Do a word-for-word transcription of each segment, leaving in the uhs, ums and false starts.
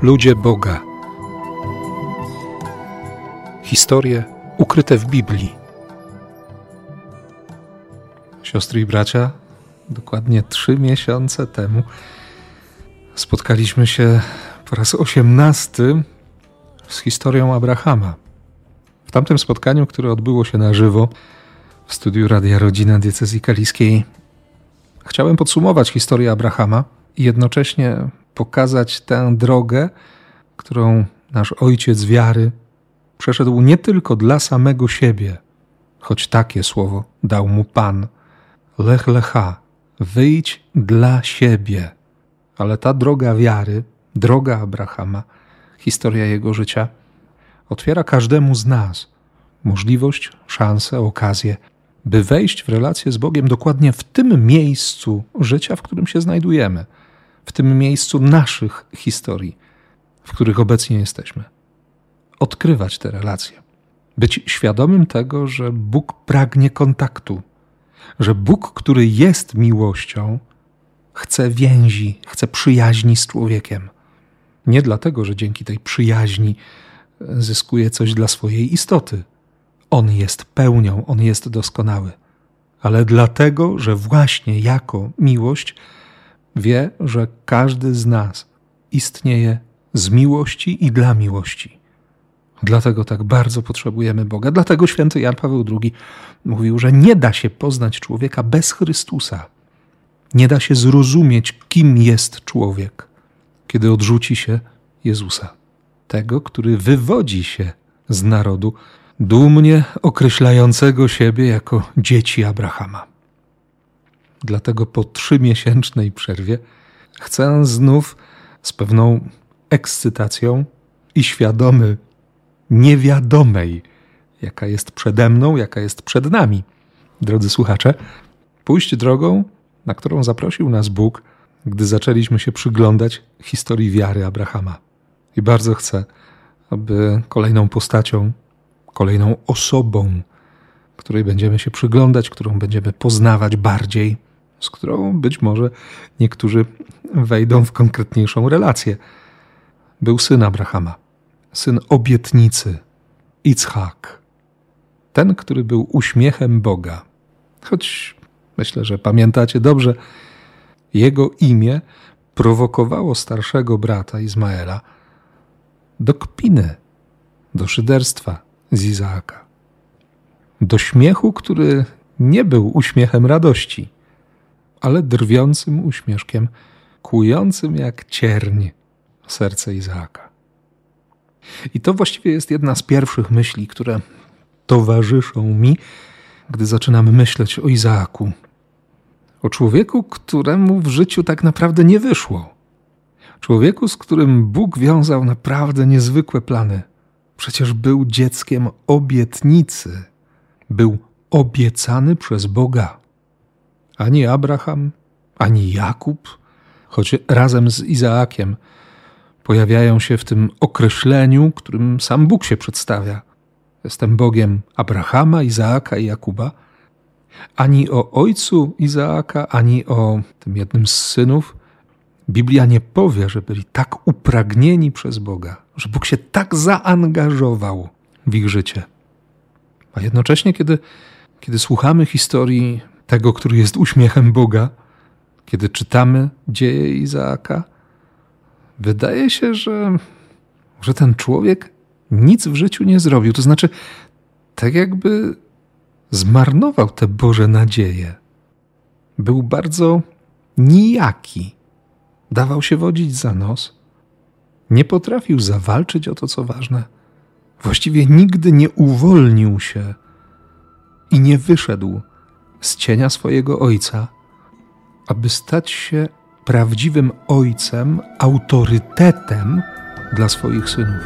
Ludzie Boga. Historie ukryte w Biblii. Siostry i bracia, dokładnie trzy miesiące temu spotkaliśmy się po raz osiemnasty z historią Abrahama. W tamtym spotkaniu, które odbyło się na żywo w studiu Radia Rodzina Diecezji Kaliskiej, chciałem podsumować historię Abrahama i jednocześnie pokazać tę drogę, którą nasz ojciec wiary przeszedł nie tylko dla samego siebie, choć takie słowo dał mu Pan. Lech lecha, wyjdź dla siebie. Ale ta droga wiary, droga Abrahama, historia jego życia, otwiera każdemu z nas możliwość, szansę, okazję, by wejść w relację z Bogiem dokładnie w tym miejscu życia, w którym się znajdujemy, w tym miejscu naszych historii, w których obecnie jesteśmy. Odkrywać te relacje. Być świadomym tego, że Bóg pragnie kontaktu, że Bóg, który jest miłością, chce więzi, chce przyjaźni z człowiekiem. Nie dlatego, że dzięki tej przyjaźni zyskuje coś dla swojej istoty. On jest pełnią, On jest doskonały. Ale dlatego, że właśnie jako miłość wie, że każdy z nas istnieje z miłości i dla miłości. Dlatego tak bardzo potrzebujemy Boga. Dlatego święty Jan Paweł drugi mówił, że nie da się poznać człowieka bez Chrystusa. Nie da się zrozumieć, kim jest człowiek, kiedy odrzuci się Jezusa. Tego, który wywodzi się z narodu, dumnie określającego siebie jako dzieci Abrahama. Dlatego po trzymiesięcznej przerwie chcę znów z pewną ekscytacją i świadomy niewiadomej, jaka jest przede mną, jaka jest przed nami, drodzy słuchacze, pójść drogą, na którą zaprosił nas Bóg, gdy zaczęliśmy się przyglądać historii wiary Abrahama. I bardzo chcę, aby kolejną postacią, kolejną osobą, której będziemy się przyglądać, którą będziemy poznawać bardziej, z którą być może niektórzy wejdą w konkretniejszą relację, był syn Abrahama, syn obietnicy, Ichak. Ten, który był uśmiechem Boga. Choć myślę, że pamiętacie dobrze, jego imię prowokowało starszego brata Izmaela do kpiny, do szyderstwa z Izaaka. Do śmiechu, który nie był uśmiechem radości, ale drwiącym uśmieszkiem, kłującym jak cierń serce Izaaka. I to właściwie jest jedna z pierwszych myśli, które towarzyszą mi, gdy zaczynam myśleć o Izaaku. O człowieku, któremu w życiu tak naprawdę nie wyszło. Człowieku, z którym Bóg wiązał naprawdę niezwykłe plany. Przecież był dzieckiem obietnicy. Był obiecany przez Boga. Ani Abraham, ani Jakub, choć razem z Izaakiem pojawiają się w tym określeniu, którym sam Bóg się przedstawia. Jestem Bogiem Abrahama, Izaaka i Jakuba. Ani o ojcu Izaaka, ani o tym jednym z synów Biblia nie powie, że byli tak upragnieni przez Boga, że Bóg się tak zaangażował w ich życie. A jednocześnie, kiedy, kiedy słuchamy historii tego, który jest uśmiechem Boga, kiedy czytamy dzieje Izaaka, wydaje się, że, że ten człowiek nic w życiu nie zrobił. To znaczy, tak jakby zmarnował te Boże nadzieje. Był bardzo nijaki. Dawał się wodzić za nos. Nie potrafił zawalczyć o to, co ważne. Właściwie nigdy nie uwolnił się i nie wyszedł z cienia swojego ojca, aby stać się prawdziwym ojcem, autorytetem dla swoich synów.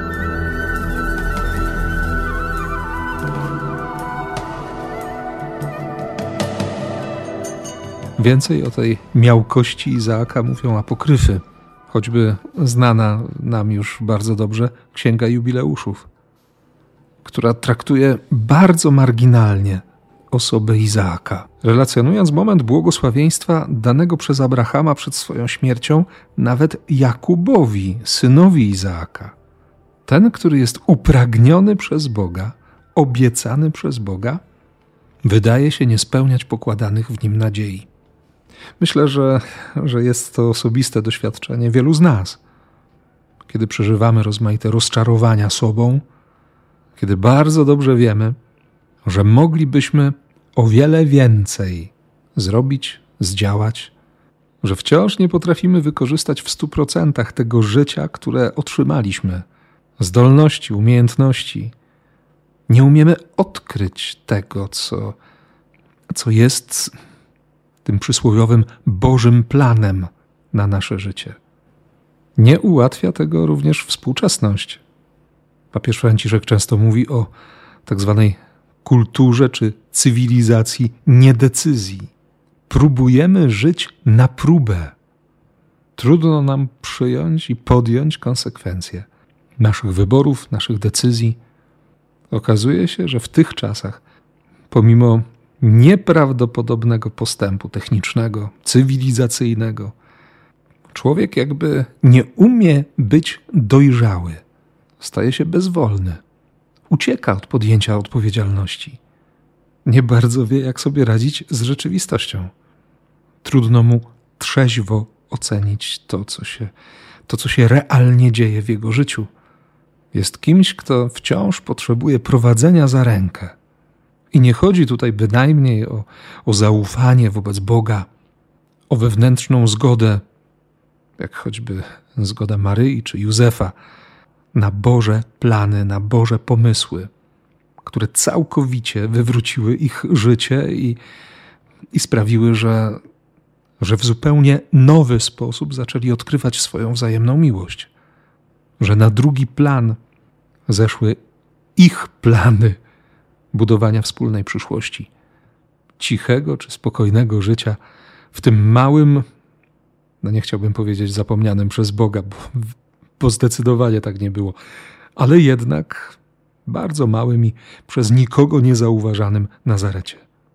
Więcej o tej miałkości Izaaka mówią apokryfy, choćby znana nam już bardzo dobrze Księga Jubileuszów, która traktuje bardzo marginalnie osobę Izaaka, relacjonując moment błogosławieństwa danego przez Abrahama przed swoją śmiercią nawet Jakubowi, synowi Izaaka. Ten, który jest upragniony przez Boga, obiecany przez Boga, wydaje się nie spełniać pokładanych w nim nadziei. Myślę, że, że jest to osobiste doświadczenie wielu z nas, kiedy przeżywamy rozmaite rozczarowania sobą, kiedy bardzo dobrze wiemy, że moglibyśmy o wiele więcej zrobić, zdziałać, że wciąż nie potrafimy wykorzystać w stu procentach tego życia, które otrzymaliśmy, zdolności, umiejętności. Nie umiemy odkryć tego, co, co jest tym przysłowiowym Bożym planem na nasze życie. Nie ułatwia tego również współczesność. Papież Franciszek często mówi o tak zwanej kulturze czy cywilizacji niedecyzji. Próbujemy żyć na próbę. Trudno nam przyjąć i podjąć konsekwencje naszych wyborów, naszych decyzji. Okazuje się, że w tych czasach, pomimo nieprawdopodobnego postępu technicznego, cywilizacyjnego, człowiek jakby nie umie być dojrzały. Staje się bezwolny. Ucieka od podjęcia odpowiedzialności. Nie bardzo wie, jak sobie radzić z rzeczywistością. Trudno mu trzeźwo ocenić to, co się, to, co się realnie dzieje w jego życiu. Jest kimś, kto wciąż potrzebuje prowadzenia za rękę. I nie chodzi tutaj bynajmniej o, o zaufanie wobec Boga, o wewnętrzną zgodę, jak choćby zgoda Maryi czy Józefa, na Boże plany, na Boże pomysły, które całkowicie wywróciły ich życie i, i sprawiły, że, że w zupełnie nowy sposób zaczęli odkrywać swoją wzajemną miłość. Że na drugi plan zeszły ich plany budowania wspólnej przyszłości, cichego czy spokojnego życia w tym małym, no nie chciałbym powiedzieć zapomnianym przez Boga, bo, bo zdecydowanie tak nie było, ale jednak bardzo małym i przez nikogo niezauważanym Nazarecie.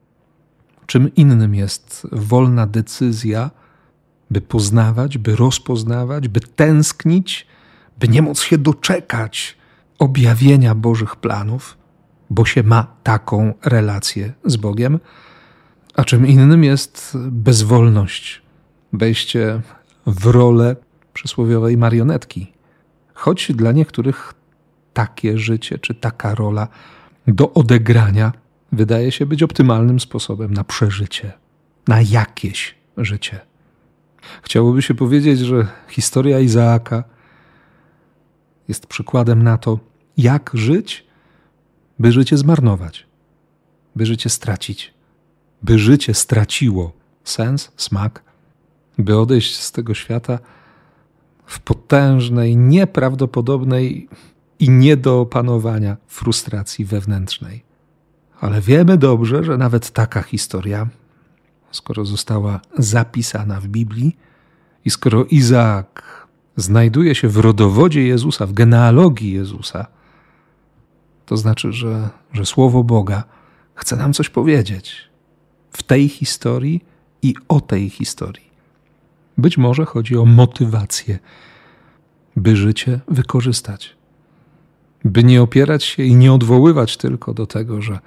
Czym innym jest wolna decyzja, by poznawać, by rozpoznawać, by tęsknić, by nie móc się doczekać objawienia Bożych planów, bo się ma taką relację z Bogiem, a czym innym jest bezwolność, wejście w rolę przysłowiowej marionetki. Choć dla niektórych takie życie czy taka rola do odegrania wydaje się być optymalnym sposobem na przeżycie, na jakieś życie. Chciałoby się powiedzieć, że historia Izaaka jest przykładem na to, jak żyć, by życie zmarnować, by życie stracić, by życie straciło sens, smak, by odejść z tego świata w potężnej, nieprawdopodobnej i nie do opanowania frustracji wewnętrznej. Ale wiemy dobrze, że nawet taka historia, skoro została zapisana w Biblii i skoro Izaak znajduje się w rodowodzie Jezusa, w genealogii Jezusa, to znaczy, że, że Słowo Boga chce nam coś powiedzieć w tej historii i o tej historii. Być może chodzi o motywację, by życie wykorzystać. By nie opierać się i nie odwoływać tylko do tego, że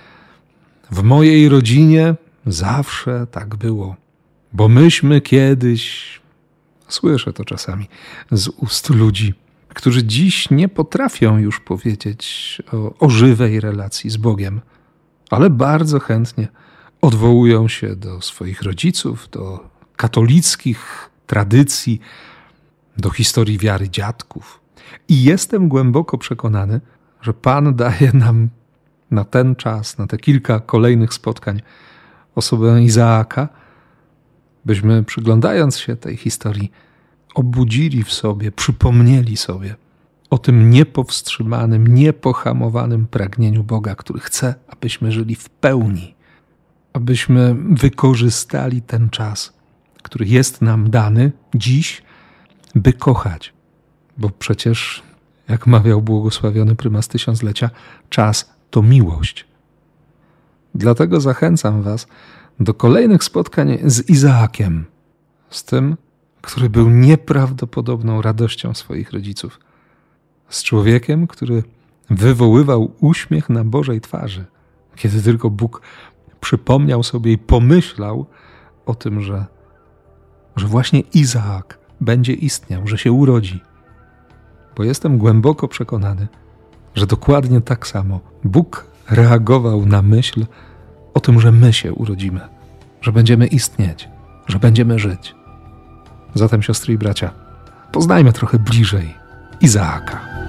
w mojej rodzinie zawsze tak było, bo myśmy kiedyś... Słyszę to czasami z ust ludzi, którzy dziś nie potrafią już powiedzieć o, o żywej relacji z Bogiem, ale bardzo chętnie odwołują się do swoich rodziców, do katolickich tradycji, do historii wiary dziadków. I jestem głęboko przekonany, że Pan daje nam na ten czas, na te kilka kolejnych spotkań osobę Izaaka, byśmy przyglądając się tej historii obudzili w sobie, przypomnieli sobie o tym niepowstrzymanym, niepohamowanym pragnieniu Boga, który chce, abyśmy żyli w pełni, abyśmy wykorzystali ten czas, który jest nam dany dziś, by kochać. Bo przecież, jak mawiał błogosławiony prymas tysiąclecia, czas to miłość. Dlatego zachęcam Was do kolejnych spotkań z Izaakiem, z tym, który był nieprawdopodobną radością swoich rodziców, z człowiekiem, który wywoływał uśmiech na Bożej twarzy, kiedy tylko Bóg przypomniał sobie i pomyślał o tym, że, że właśnie Izaak będzie istniał, że się urodzi. Bo jestem głęboko przekonany, że dokładnie tak samo Bóg reagował na myśl o tym, że my się urodzimy, że będziemy istnieć, że będziemy żyć. Zatem, siostry i bracia, poznajmy trochę bliżej Izaaka.